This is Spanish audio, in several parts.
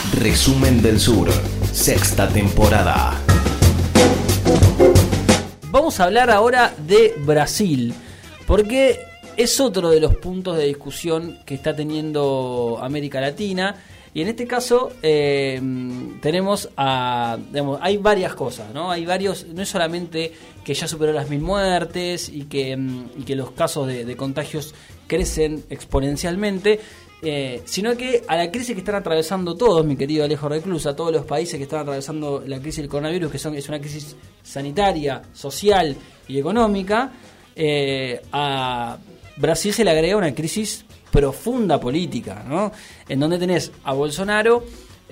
Resumen del Sur, sexta temporada. Vamos a hablar ahora de Brasil, porque es otro de los puntos de discusión que está teniendo América Latina. Y en este caso tenemos hay varias cosas, ¿no? Hay varios, no es solamente que ya superó las 1000 muertes y que los casos de contagios crecen exponencialmente, sino que a la crisis que están atravesando todos, mi querido Alejo Reclusa, todos los países que están atravesando la crisis del coronavirus, es una crisis sanitaria, social y económica, a Brasil se le agrega una crisis profunda política, ¿no? En donde tenés a Bolsonaro,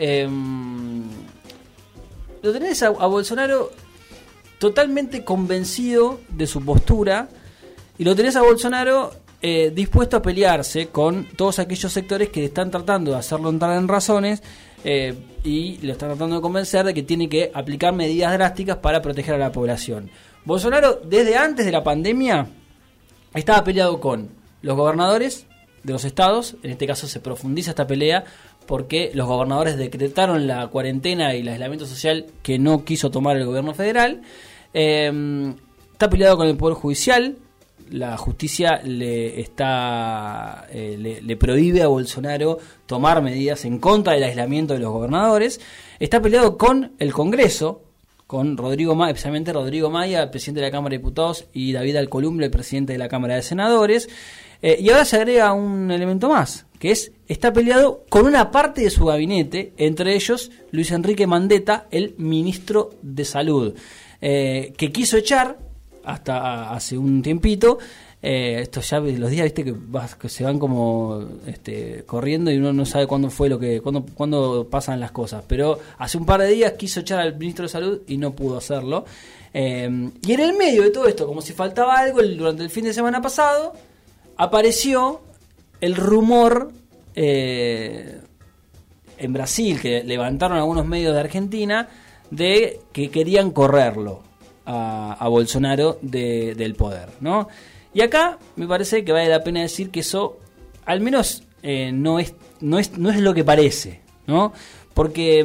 lo tenés a Bolsonaro totalmente convencido de su postura, y lo tenés a Bolsonaro dispuesto a pelearse con todos aquellos sectores que están tratando de hacerlo entrar en razones y lo están tratando de convencer de que tiene que aplicar medidas drásticas para proteger a la población. Bolsonaro, desde antes de la pandemia, estaba peleado con los gobernadores de los estados. En este caso se profundiza esta pelea porque los gobernadores decretaron la cuarentena y el aislamiento social que no quiso tomar el gobierno federal. Está peleado con el Poder Judicial. La justicia le prohíbe a Bolsonaro tomar medidas en contra del aislamiento de los gobernadores. Está peleado con el Congreso, con Rodrigo Maia, especialmente Rodrigo Maia, el presidente de la Cámara de Diputados, y David Alcolumbre, el presidente de la Cámara de Senadores. Y ahora se agrega un elemento más, que está peleado con una parte de su gabinete, entre ellos Luis Enrique Mandetta, el ministro de Salud, que quiso echar hasta hace un tiempito. Esto ya los días, viste, que se van como corriendo y uno no sabe cuándo fue cuándo pasan las cosas, pero hace un par de días quiso echar al ministro de Salud y no pudo hacerlo. Y en el medio de todo esto, como si faltaba algo, durante el fin de semana pasado apareció el rumor en Brasil, que levantaron algunos medios de Argentina, de que querían correrlo a Bolsonaro del poder, ¿no? Y acá me parece que vale la pena decir que eso, al menos, no es lo que parece, ¿no? Porque,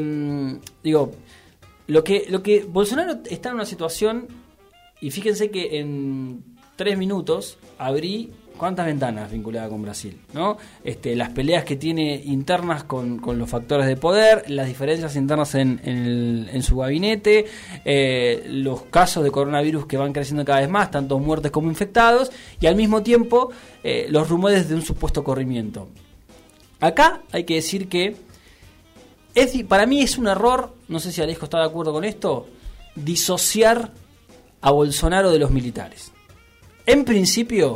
lo que Bolsonaro está en una situación, y fíjense que en 3 minutos abrí cuántas ventanas vinculadas con Brasil, ¿no? Las peleas que tiene internas con los factores de poder, las diferencias internas en su gabinete, los casos de coronavirus que van creciendo cada vez más, tanto muertes como infectados, y al mismo tiempo los rumores de un supuesto corrimiento. Acá hay que decir que para mí es un error, no sé si Alejo está de acuerdo con esto, disociar a Bolsonaro de los militares. En principio,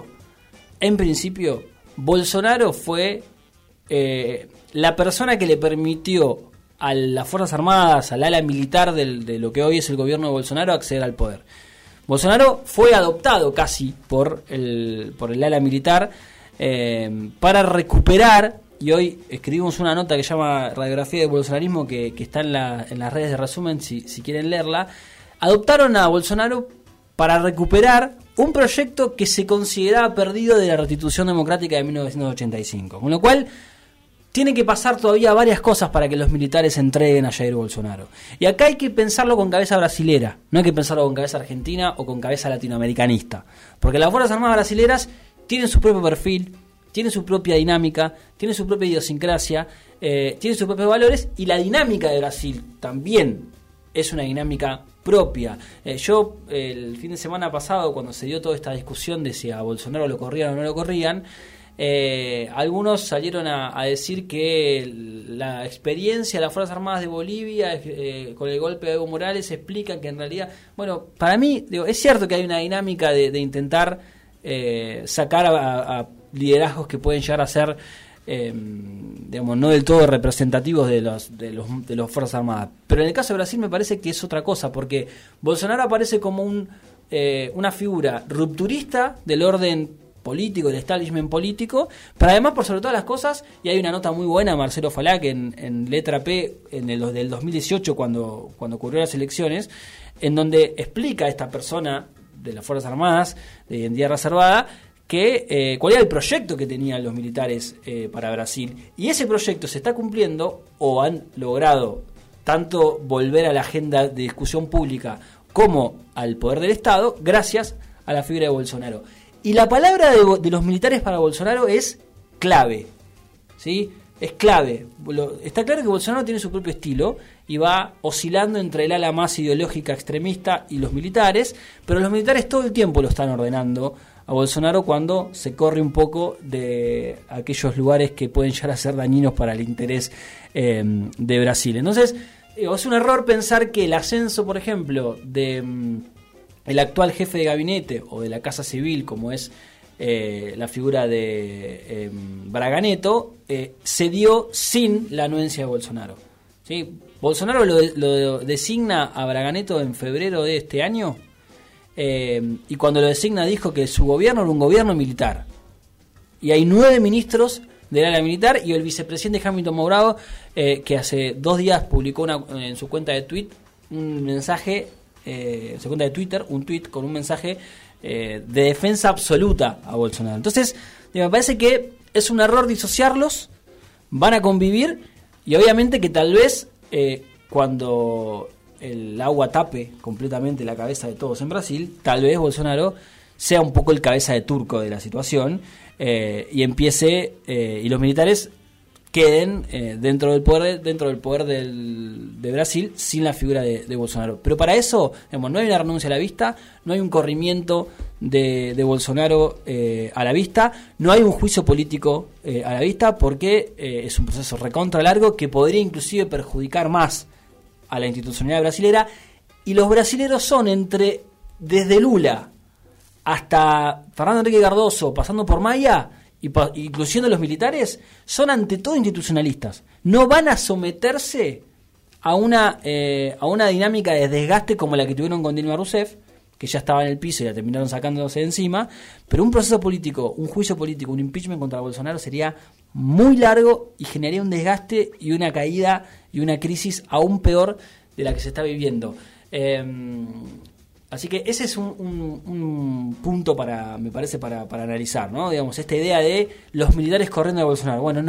Bolsonaro fue la persona que le permitió a las Fuerzas Armadas, al ala militar de lo que hoy es el gobierno de Bolsonaro, acceder al poder. Bolsonaro fue adoptado casi por el ala militar para recuperar, y hoy escribimos una nota que se llama Radiografía de Bolsonarismo, que está en las redes de resumen, si quieren leerla. Adoptaron a Bolsonaro para recuperar un proyecto que se consideraba perdido de la Restitución Democrática de 1985. Con lo cual, tiene que pasar todavía varias cosas para que los militares entreguen a Jair Bolsonaro. Y acá hay que pensarlo con cabeza brasilera, no hay que pensarlo con cabeza argentina o con cabeza latinoamericanista. Porque las Fuerzas Armadas brasileras tienen su propio perfil, tienen su propia dinámica, tienen su propia idiosincrasia, tienen sus propios valores, y la dinámica de Brasil también es una dinámica propia. Yo el fin de semana pasado, cuando se dio toda esta discusión de si a Bolsonaro lo corrían o no lo corrían, algunos salieron a decir que la experiencia de las Fuerzas Armadas de Bolivia con el golpe de Evo Morales explica que en realidad, bueno, para mí es cierto que hay una dinámica de intentar sacar a liderazgos que pueden llegar a ser no del todo representativos de las Fuerzas Armadas, pero en el caso de Brasil me parece que es otra cosa, porque Bolsonaro aparece como una figura rupturista del orden político, del establishment político, pero además, por sobre todas las cosas, y hay una nota muy buena de Marcelo Falá, que en letra P, del 2018, cuando ocurrió las elecciones, en donde explica a esta persona de las Fuerzas Armadas, de identidad reservada, cuál era el proyecto que tenían los militares para Brasil. Y ese proyecto se está cumpliendo, o han logrado tanto volver a la agenda de discusión pública como al poder del Estado, gracias a la figura de Bolsonaro. Y la palabra de los militares para Bolsonaro es clave, ¿sí? Es clave. Está claro que Bolsonaro tiene su propio estilo y va oscilando entre el ala más ideológica extremista y los militares, pero los militares todo el tiempo lo están ordenando a Bolsonaro cuando se corre un poco de aquellos lugares que pueden llegar a ser dañinos para el interés de Brasil. Entonces, es un error pensar que el ascenso, por ejemplo, de el actual jefe de gabinete o de la Casa Civil, como es la figura de Braga Neto, se dio sin la anuencia de Bolsonaro, ¿sí? Bolsonaro lo designa a Braga Neto en febrero de este año, y cuando lo designa dijo que su gobierno era un gobierno militar. Y hay 9 ministros del área militar, y el vicepresidente Hamilton Mourado, que hace 2 días publicó en su cuenta de Twitter un mensaje, en su cuenta de Twitter, un tweet con un mensaje de defensa absoluta a Bolsonaro. Entonces, me parece que es un error disociarlos, van a convivir, y obviamente que tal vez cuando el agua tape completamente la cabeza de todos en Brasil, tal vez Bolsonaro sea un poco el cabeza de turco de la situación, y empiece y los militares queden dentro del poder de Brasil sin la figura de Bolsonaro. Pero para eso, digamos, no hay una renuncia a la vista, no hay un corrimiento de Bolsonaro a la vista, no hay un juicio político a la vista, porque es un proceso recontra largo que podría inclusive perjudicar más a la institucionalidad brasilera, y los brasileros son desde Lula hasta Fernando Henrique Cardoso, pasando por Maia, incluyendo los militares, son ante todo institucionalistas. No van a someterse a una dinámica de desgaste como la que tuvieron con Dilma Rousseff, que ya estaba en el piso y la terminaron sacándose de encima, pero un proceso político, un juicio político, un impeachment contra Bolsonaro sería muy largo y generaría un desgaste y una caída y una crisis aún peor de la que se está viviendo. Así que ese es un punto me parece para analizar, ¿no? Digamos, esta idea de los militares corriendo a Bolsonaro. Bueno,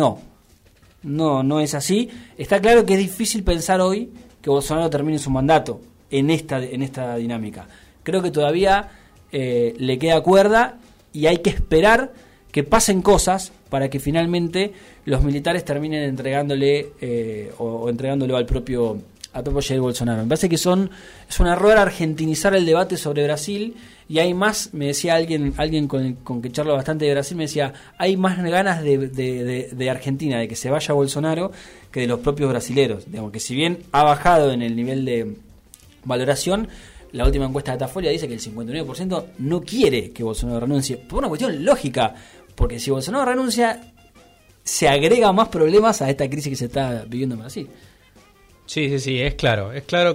no es así. Está claro que es difícil pensar hoy que Bolsonaro termine su mandato en esta dinámica. Creo que todavía le queda cuerda y hay que esperar que pasen cosas para que finalmente los militares terminen entregándole o entregándolo al propio Jair Bolsonaro. Me parece que es un error argentinizar el debate sobre Brasil, y hay más, me decía alguien con que charlo bastante de Brasil, me decía, hay más ganas de Argentina, de que se vaya Bolsonaro, que de los propios brasileros. Digamos que si bien ha bajado en el nivel de valoración, la última encuesta de Datafolia dice que el 59% no quiere que Bolsonaro renuncie, por una cuestión lógica, porque si Bolsonaro renuncia, se agrega más problemas a esta crisis que se está viviendo en Brasil. Sí, es claro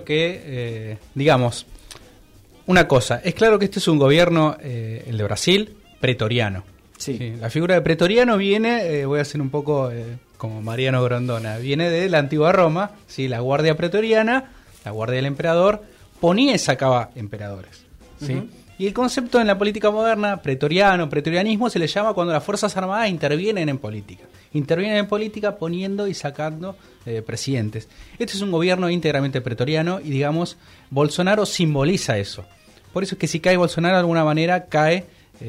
que, digamos, una cosa, es claro que este es un gobierno, el de Brasil, pretoriano. Sí. La figura de pretoriano viene, voy a hacer un poco como Mariano Grondona, viene de la antigua Roma, ¿sí? La guardia pretoriana, la guardia del emperador, ponía y sacaba emperadores, ¿sí? Uh-huh. Y el concepto en la política moderna, pretorianismo, se le llama cuando las Fuerzas Armadas intervienen en política. Intervienen en política poniendo y sacando presidentes. Este es un gobierno íntegramente pretoriano y, digamos, Bolsonaro simboliza eso. Por eso es que si cae Bolsonaro, de alguna manera cae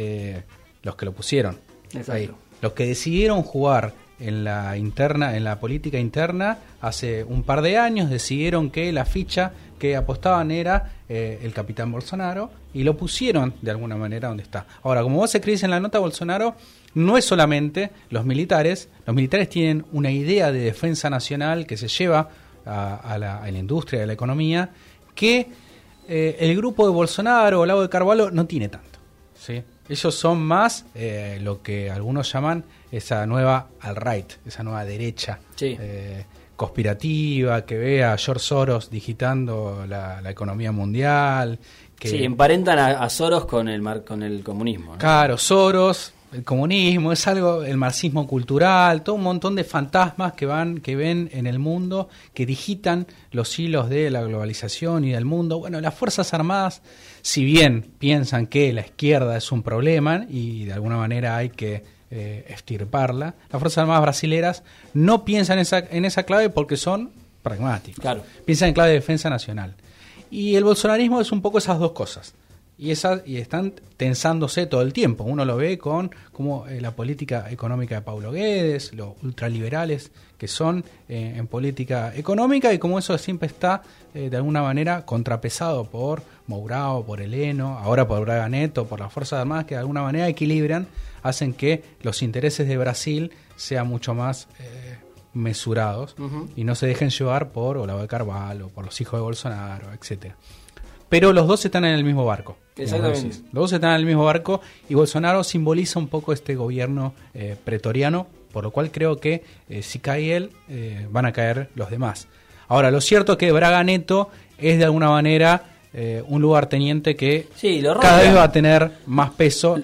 los que lo pusieron. Ahí. Los que decidieron jugar en la política interna hace un par de años, decidieron que la ficha que apostaban era el capitán Bolsonaro, y lo pusieron de alguna manera donde está. Ahora, como vos escribís en la nota, Bolsonaro no es solamente los militares tienen una idea de defensa nacional que se lleva a la industria, a la economía, que el grupo de Bolsonaro o Olavo de Carvalho no tiene tanto, ¿sí? Ellos son más lo que algunos llaman esa nueva alt-right, esa nueva derecha, sí, conspirativa, que ve a George Soros digitando la economía mundial. Que, sí, emparentan a Soros con el comunismo, ¿no? Claro, Soros, el comunismo, es algo, el marxismo cultural, todo un montón de fantasmas que ven en el mundo, que digitan los hilos de la globalización y del mundo. Bueno, las Fuerzas Armadas, si bien piensan que la izquierda es un problema y de alguna manera hay que extirparla, las Fuerzas Armadas brasileras no piensan en esa clave porque son pragmáticos. Claro. Piensan en clave de defensa nacional. Y el bolsonarismo es un poco esas dos cosas. Y están tensándose todo el tiempo. Uno lo ve con como la política económica de Paulo Guedes, los ultraliberales que son en política económica, y como eso siempre está de alguna manera contrapesado por Mourão, por Heleno, ahora por Braga Neto, por las Fuerzas Armadas, que de alguna manera equilibran, hacen que los intereses de Brasil sean mucho más mesurados y no se dejen llevar por Olavo de Carvalho, por los hijos de Bolsonaro, etcétera. Pero los dos están en el mismo barco. Exactamente. Los dos están en el mismo barco y Bolsonaro simboliza un poco este gobierno pretoriano, por lo cual creo que si cae él, van a caer los demás. Ahora, lo cierto es que Braga Neto es de alguna manera un lugarteniente que cada vez va a tener más peso.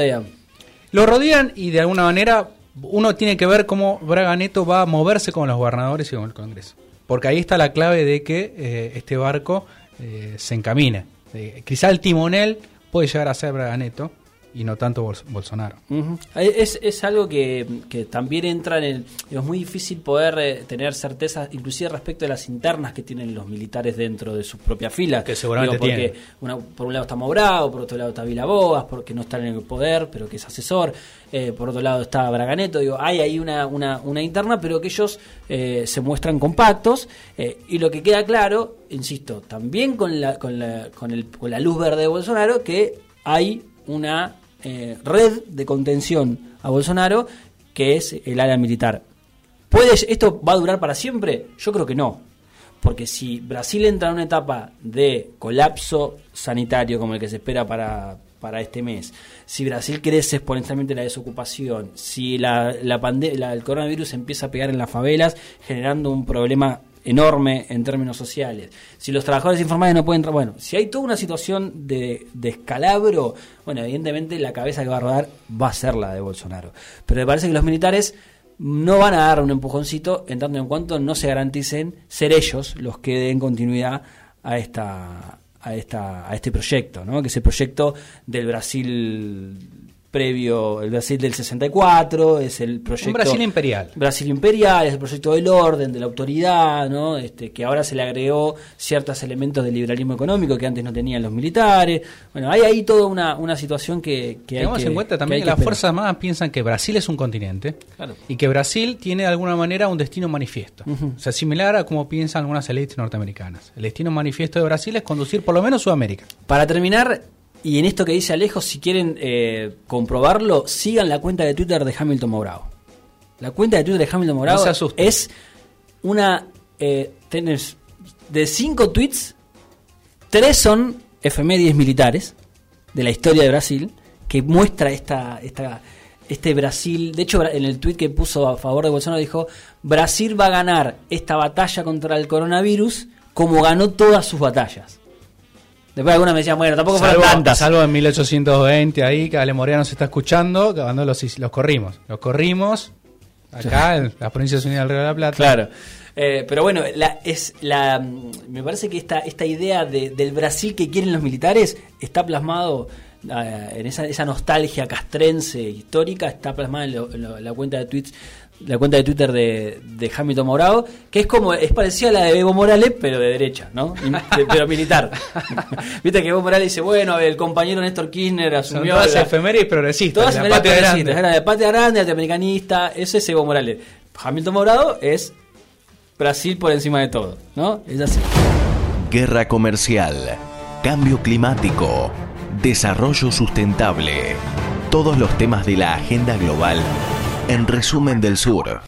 Lo rodean y de alguna manera uno tiene que ver cómo Braga Neto va a moverse con los gobernadores y con el Congreso. Porque ahí está la clave de que este barco se encamina. Quizá el timonel puede llegar a ser Braga Neto y no tanto Bolsonaro. Es algo que también entra en el... Es muy difícil poder tener certeza, inclusive respecto de las internas que tienen los militares dentro de sus propias filas. Que seguramente tienen. Por un lado está Mourão, por otro lado está Villaboas, porque no están en el poder, pero que es asesor. Por otro lado está Braga Neto. Hay ahí una interna, pero que ellos se muestran compactos. Y lo que queda claro, insisto, también con la luz verde de Bolsonaro, que hay una red de contención a Bolsonaro, que es el ala militar. ¿Esto va a durar para siempre? Yo creo que no, porque si Brasil entra en una etapa de colapso sanitario como el que se espera para este mes, si Brasil crece exponencialmente la desocupación, si el coronavirus empieza a pegar en las favelas generando un problema enorme en términos sociales, si los trabajadores informales no pueden si hay toda una situación de descalabro, evidentemente la cabeza que va a rodar va a ser la de Bolsonaro, pero me parece que los militares no van a dar un empujoncito en tanto en cuanto no se garanticen ser ellos los que den continuidad a este proyecto, ¿no? Que es el proyecto del Brasil previo, el Brasil del 64, es el proyecto... Un Brasil imperial. Brasil imperial, es el proyecto del orden, de la autoridad, ¿no? Que ahora se le agregó ciertos elementos del liberalismo económico que antes no tenían los militares. Hay ahí toda una situación que tengamos en cuenta también que las Fuerzas Armadas piensan que Brasil es un continente, claro, y que Brasil tiene de alguna manera un destino manifiesto. O sea, similar a como piensan algunas élites norteamericanas. El destino manifiesto de Brasil es conducir por lo menos Sudamérica. Para terminar... Y en esto que dice Alejo, si quieren comprobarlo, sigan la cuenta de Twitter de Hamilton Mourão. La cuenta de Twitter de Hamilton Mourão es una... tenés de 5 tweets, 3 son efemérides militares de la historia de Brasil, que muestra este Brasil. De hecho, en el tweet que puso a favor de Bolsonaro dijo: Brasil va a ganar esta batalla contra el coronavirus como ganó todas sus batallas. Después algunos me decían, tampoco fueron tantas. Salvo en 1820, ahí, que Ale Moreano se está escuchando, cuando los corrimos. Los corrimos acá en las Provincias Unidas del Río de la Plata. Claro. Pero me parece que esta idea del Brasil que quieren los militares está plasmado en esa nostalgia castrense histórica, está plasmada en la cuenta de tweets. La cuenta de Twitter de Hamilton Mourão, que es parecida a la de Evo Morales, pero de derecha, ¿no? Pero militar. Viste que Evo Morales dice, el compañero Néstor Kirchner asumió... Son todas efemérides progresistas. Todas efemérides progresistas. Era de Patria Grande, antiamericanista, ese es Evo Morales. Hamilton Mourão es Brasil por encima de todo, ¿no? Es así. Guerra comercial, cambio climático, desarrollo sustentable. Todos los temas de la agenda global en Resumen del Sur.